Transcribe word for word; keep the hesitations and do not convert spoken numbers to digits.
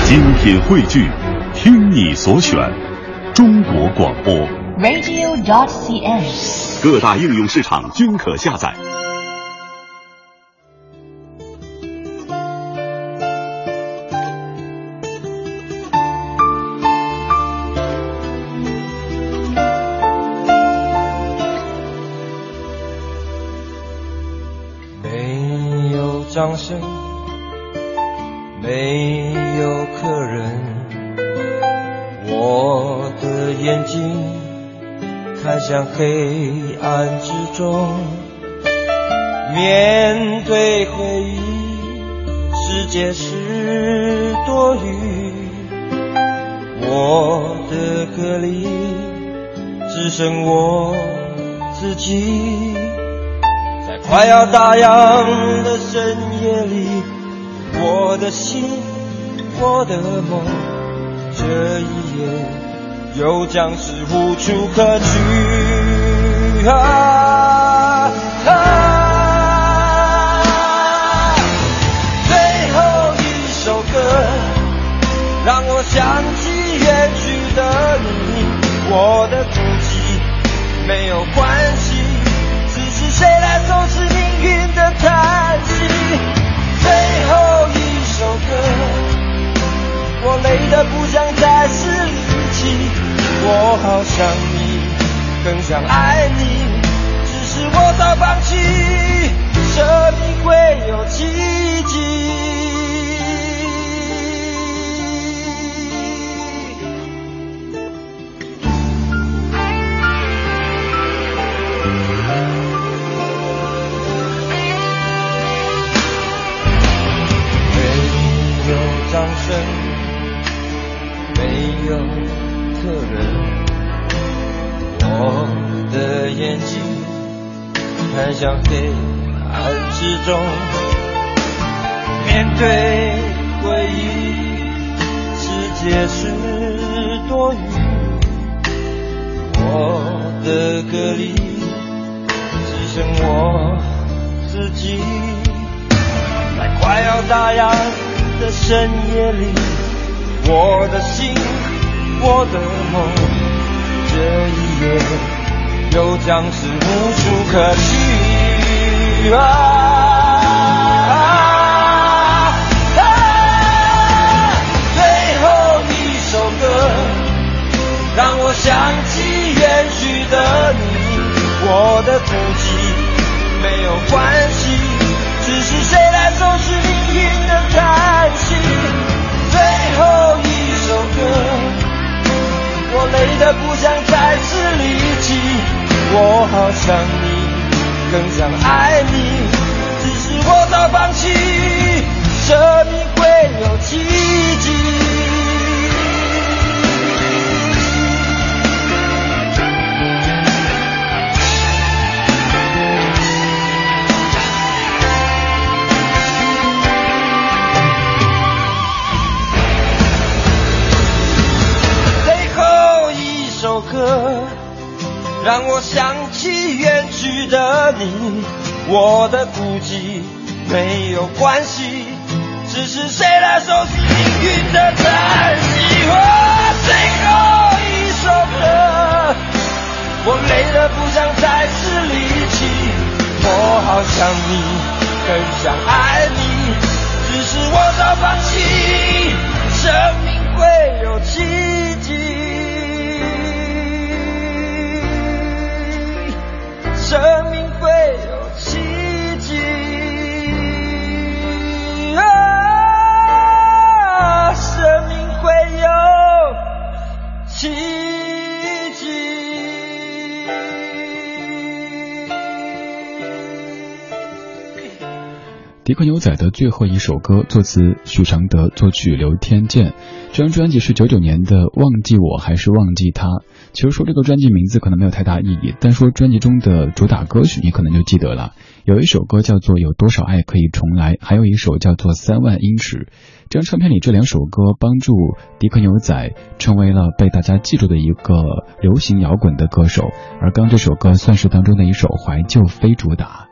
精品汇聚，听你所选，中国广播 radio dot c n， 各大应用市场均可下载。 没有掌声，没有客人，我的眼睛看向黑暗之中，面对回忆，世界是多余，我的歌里只剩我自己，在快要打烊的深夜里，我的心，我的梦，这一夜又将是无处可去啊啊！最后一首歌，让我想起远去的你，我的孤寂没有关系，只是谁来收拾命运的叹息。最后一首歌，我累得不想再是力气，我好想你，更想爱你，只是我早放弃，生命会有奇迹。没有掌声，没有客人，我的眼睛看向黑暗之中，面对回忆，世界是多余，我的歌里只剩我自己，在快要打烊的深夜里，我的心，我的梦，这一夜又将是无处可去啊啊啊！最后一首歌，让我想起远去的你，我的孤寂没有关系，只是谁来收拾命运的叹息。最后一首歌，我累得不想再是力气，我好想你，更想爱你，只是我早放弃，生命会有奇迹。歌让我想起远去的你，我的孤寂没有关系，只是谁来收拾命运的叹息。哦，最后一首歌，我累得不想再是力气，我好想你，更想爱你，只是我早放弃，生命会有奇迹，生命会有奇迹啊，生命会有奇迹。 迪克牛仔的最后一首歌，作词许常德，作曲刘天健。这张专辑是九九年的《忘记我还是忘记他》。其实说这个专辑名字可能没有太大意义，但说专辑中的主打歌曲你可能就记得了。有一首歌叫做《有多少爱可以重来》，还有一首叫做《三万英尺》。这张唱片里这两首歌帮助迪克牛仔成为了被大家记住的一个流行摇滚的歌手，而刚这首歌算是当中的一首怀旧非主打。